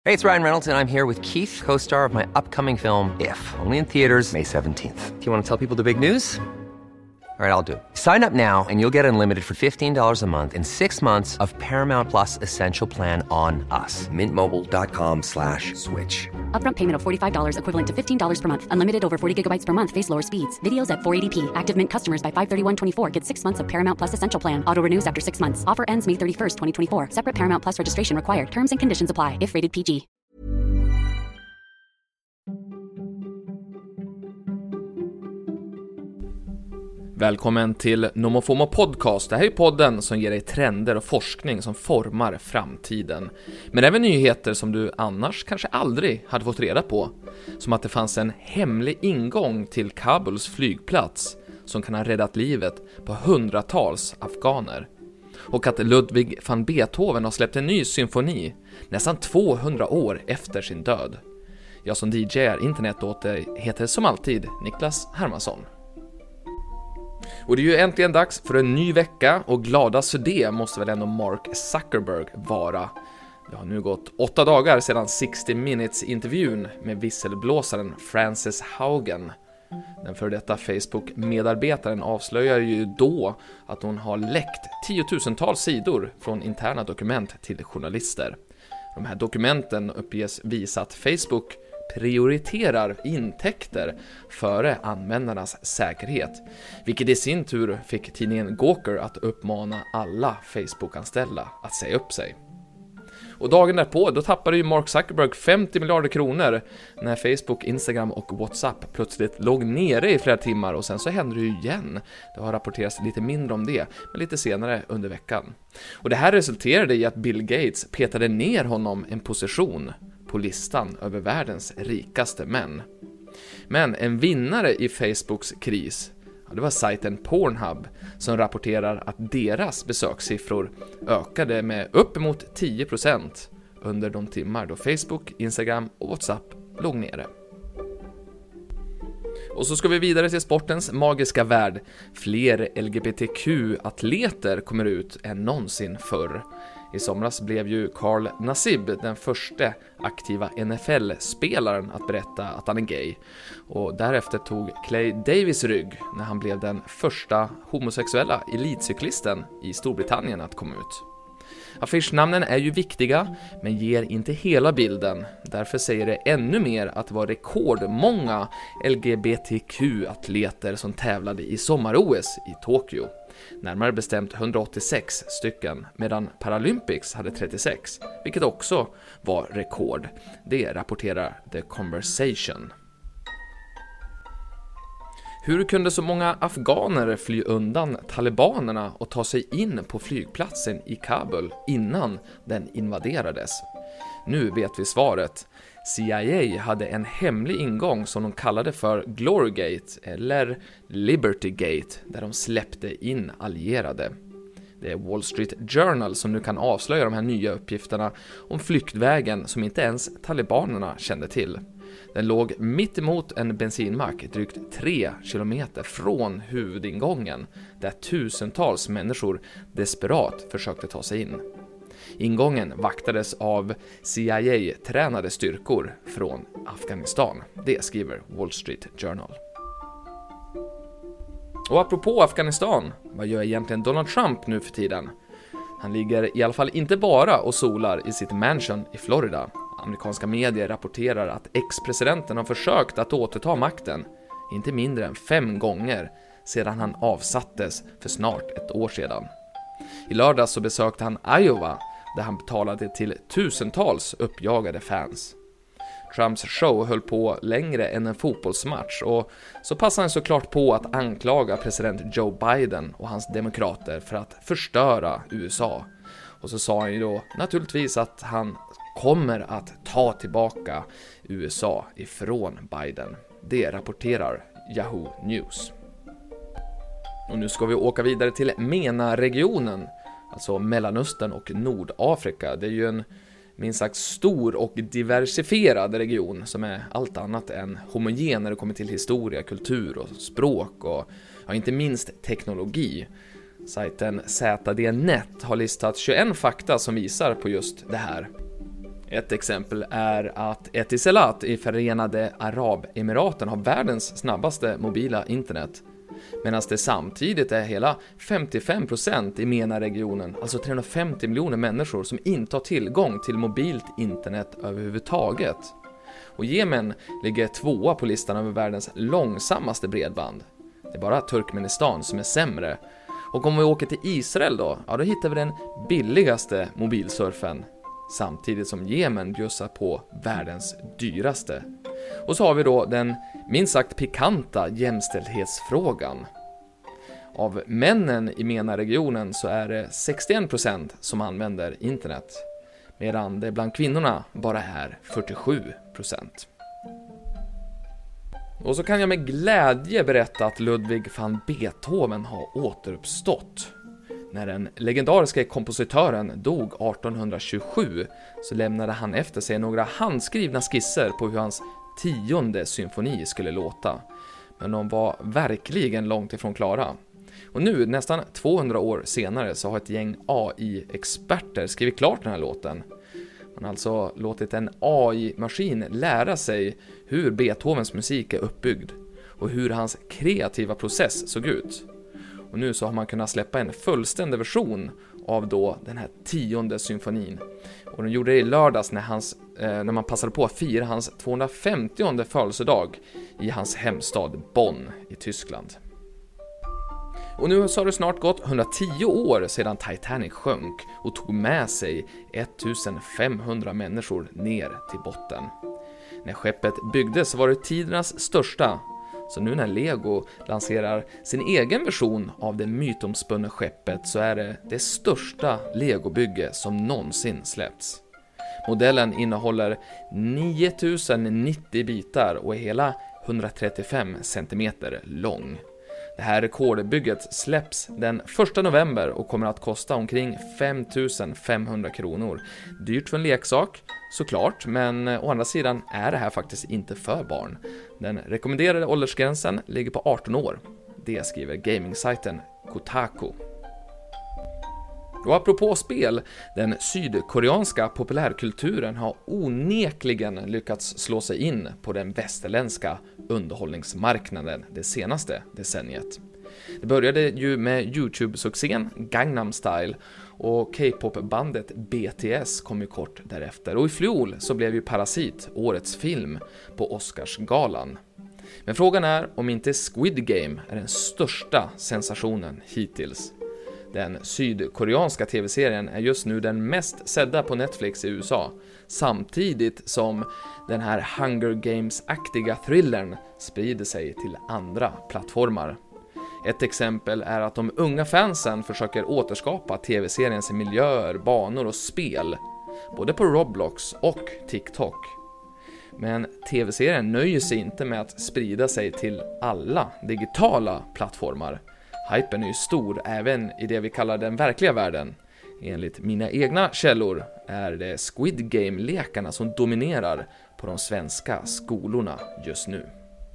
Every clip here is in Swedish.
Hey, it's Ryan Reynolds, and I'm here with Keith, co-star of my upcoming film, If, only in theaters May 17th. Do you want to tell people the big news? All right, I'll do it. Sign up now and you'll get unlimited for $15 a month and 6 months of Paramount Plus Essential Plan on us. MintMobile.com/switch. Upfront payment of $45 equivalent to $15 per month. Unlimited over 40 gigabytes per month. Face lower speeds. Videos at 480p. Active Mint customers by 531.24 get 6 months of Paramount Plus Essential Plan. Auto renews after 6 months. Offer ends May 31st, 2024. Separate Paramount Plus registration required. Terms and conditions apply if rated PG. Välkommen till NomoFomo Podcast. Det här är podden som ger dig trender och forskning som formar framtiden. Men även nyheter som du annars kanske aldrig hade fått reda på. Som att det fanns en hemlig ingång till Kabuls flygplats som kan ha räddat livet på hundratals afghaner. Och att Ludwig van Beethoven har släppt en ny symfoni nästan 200 år efter sin död. Jag som DJ är internet åt dig heter som alltid Niklas Hermansson. Och det är ju äntligen dags för en ny vecka och gladast för det måste väl ändå Mark Zuckerberg vara. Det har nu gått 8 dagar sedan 60 Minutes-intervjun med visselblåsaren Frances Haugen. Den för detta Facebook-medarbetaren avslöjar ju då att hon har läckt 10-tusentals sidor från interna dokument till journalister. De här dokumenten uppges visa att Facebook prioriterar intäkter före användarnas säkerhet, vilket i sin tur fick tidningen Gawker att uppmana alla Facebook-anställda att säga upp sig. Och dagen därpå, då tappade ju Mark Zuckerberg 50 miljarder kronor när Facebook, Instagram och WhatsApp plötsligt låg nere i flera timmar och sen så hände det ju igen. Det har rapporterats lite mindre om det, men lite senare under veckan. Och det här resulterade i att Bill Gates petade ner honom en position på listan över världens rikaste män. Men en vinnare i Facebooks kris, det var sajten Pornhub som rapporterar att deras besökssiffror ökade med uppemot 10% under de timmar då Facebook, Instagram och WhatsApp låg nere. Och så ska vi vidare till sportens magiska värld. Fler LGBTQ-atleter kommer ut än någonsin förr. I somras blev ju Carl Nassib den första aktiva NFL-spelaren att berätta att han är gay. Och därefter tog Clay Davis rygg när han blev den första homosexuella elitcyklisten i Storbritannien att komma ut. Affischnamnen är ju viktiga, men ger inte hela bilden. Därför säger det ännu mer att det var rekordmånga LGBTQ-atleter som tävlade i sommar-OS i Tokyo. Närmare bestämt 186 stycken, medan Paralympics hade 36, vilket också var rekord. Det rapporterar The Conversation. Hur kunde så många afghaner fly undan talibanerna och ta sig in på flygplatsen i Kabul innan den invaderades? Nu vet vi svaret. CIA hade en hemlig ingång som de kallade för Glorygate eller Libertygate, där de släppte in allierade. Det är Wall Street Journal som nu kan avslöja de här nya uppgifterna om flyktvägen som inte ens talibanerna kände till. Den låg mitt emot en bensinmack drygt 3 kilometer från huvudingången, där tusentals människor desperat försökte ta sig in. Ingången vaktades av CIA-tränade styrkor från Afghanistan. Det skriver Wall Street Journal. Och apropå Afghanistan, vad gör egentligen Donald Trump nu för tiden? Han ligger i alla fall inte bara och solar i sitt mansion i Florida. Amerikanska medier rapporterar att ex-presidenten har försökt att återta makten inte mindre än 5 gånger sedan han avsattes för snart ett år sedan. I lördag så besökte han Iowa där han betalade till tusentals uppjagade fans. Trumps show höll på längre än en fotbollsmatch och så passade han såklart på att anklaga president Joe Biden och hans demokrater för att förstöra USA. Och så sa han ju då naturligtvis att han kommer att ta tillbaka USA ifrån Biden. Det rapporterar Yahoo News. Och nu ska vi åka vidare till MENA-regionen, alltså Mellanöstern och Nordafrika. Det är ju en minst sagt stor och diversifierad region som är allt annat än homogen när det kommer till historia, kultur och språk och inte minst teknologi. Sajten ZDNet har listat 21 fakta som visar på just det här. Ett exempel är att Etisalat i Förenade Arabemiraten har världens snabbaste mobila internet. Medan det samtidigt är hela 55% i MENA-regionen, alltså 350 miljoner människor som inte har tillgång till mobilt internet överhuvudtaget. Och Jemen ligger 2:a på listan över världens långsammaste bredband. Det är bara Turkmenistan som är sämre. Och om vi åker till Israel då hittar vi den billigaste mobilsurfen. Samtidigt som Jemen bjussar på världens dyraste. Och så har vi då den minst sagt pikanta jämställdhetsfrågan. Av männen i MENA-regionen så är det 61% som använder internet. Medan det bland kvinnorna bara är 47%. Och så kan jag med glädje berätta att Ludwig van Beethoven har återuppstått. När den legendariska kompositören dog 1827 så lämnade han efter sig några handskrivna skisser på hur hans 10:e symfoni skulle låta. Men de var verkligen långt ifrån klara. Och nu, nästan 200 år senare, så har ett gäng AI-experter skrivit klart den här låten. Man har alltså låtit en AI-maskin lära sig hur Beethovens musik är uppbyggd och hur hans kreativa process såg ut. Och nu så har man kunnat släppa en fullständig version av då den här 10:e symfonin. Och de gjorde det i lördags när man passade på att fira hans 250:e födelsedag i hans hemstad Bonn i Tyskland. Och nu så har det snart gått 110 år sedan Titanic sjönk och tog med sig 1500 människor ner till botten. När skeppet byggdes var det tidernas största. Så nu när Lego lanserar sin egen version av det mytomspunna skeppet så är det största Lego-bygge som någonsin släppts. Modellen innehåller 9090 bitar och är hela 135 cm lång. Det här rekordbygget släpps den 1 november och kommer att kosta omkring 5500 kronor. Dyrt för en leksak, såklart, men å andra sidan är det här faktiskt inte för barn. Den rekommenderade åldersgränsen ligger på 18 år. Det skriver gaming-sajten Kotaku. Och apropå spel, den sydkoreanska populärkulturen har onekligen lyckats slå sig in på den västerländska underhållningsmarknaden det senaste decenniet. Det började ju med YouTube-succén Gangnam Style och K-pop-bandet BTS kom ju kort därefter. Och i fjol så blev ju Parasit årets film på Oscarsgalan. Men frågan är om inte Squid Game är den största sensationen hittills. Den sydkoreanska tv-serien är just nu den mest sedda på Netflix i USA, samtidigt som den här Hunger Games-aktiga thrillern sprider sig till andra plattformar. Ett exempel är att de unga fansen försöker återskapa tv-seriens miljöer, banor och spel, både på Roblox och TikTok. Men tv-serien nöjer sig inte med att sprida sig till alla digitala plattformar. Hypen är ju stor även i det vi kallar den verkliga världen. Enligt mina egna källor är det Squid Game-lekarna som dominerar på de svenska skolorna just nu.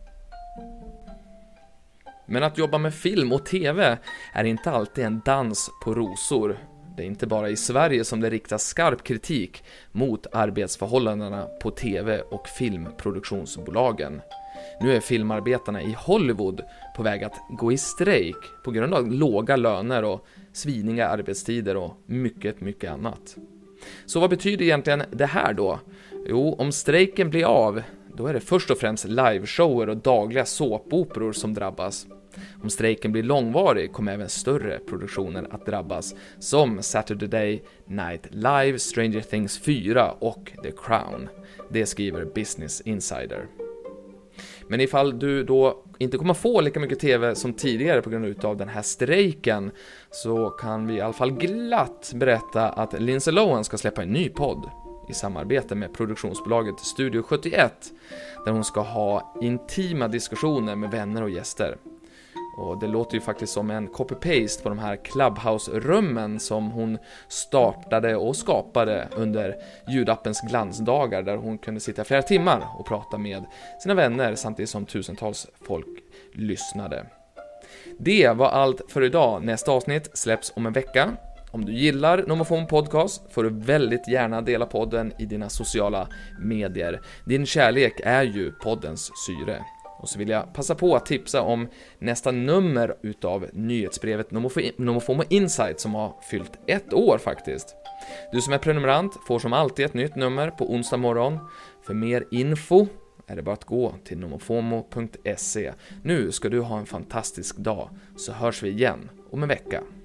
Men att jobba med film och tv är inte alltid en dans på rosor. Det är inte bara i Sverige som det riktas skarp kritik mot arbetsförhållandena på tv- och filmproduktionsbolagen. Nu är filmarbetarna i Hollywood på väg att gå i strejk på grund av låga löner och sviniga arbetstider och mycket, mycket annat. Så vad betyder egentligen det här då? Jo, om strejken blir av, då är det först och främst liveshower och dagliga såpoperor som drabbas. Om strejken blir långvarig kommer även större produktioner att drabbas, som Saturday Night Live, Stranger Things 4 och The Crown. Det skriver Business Insider. Men ifall du då inte kommer få lika mycket tv som tidigare på grund av den här strejken, så kan vi i alla fall glatt berätta att Lindsay Lohan ska släppa en ny podd i samarbete med produktionsbolaget Studio 71, där hon ska ha intima diskussioner med vänner och gäster. Och det låter ju faktiskt som en copy-paste på de här Clubhouse-rummen som hon startade och skapade under ljudappens glansdagar, där hon kunde sitta flera timmar och prata med sina vänner samtidigt som tusentals folk lyssnade. Det var allt för idag. Nästa avsnitt släpps om en vecka. Om du gillar NomoFomo Podcast får du väldigt gärna dela podden i dina sociala medier. Din kärlek är ju poddens syre. Och så vill jag passa på att tipsa om nästa nummer utav nyhetsbrevet NomoFomo Insight som har fyllt 1 år faktiskt. Du som är prenumerant får som alltid ett nytt nummer på onsdag morgon. För mer info är det bara att gå till nomofomo.se. Nu ska du ha en fantastisk dag, så hörs vi igen om en vecka.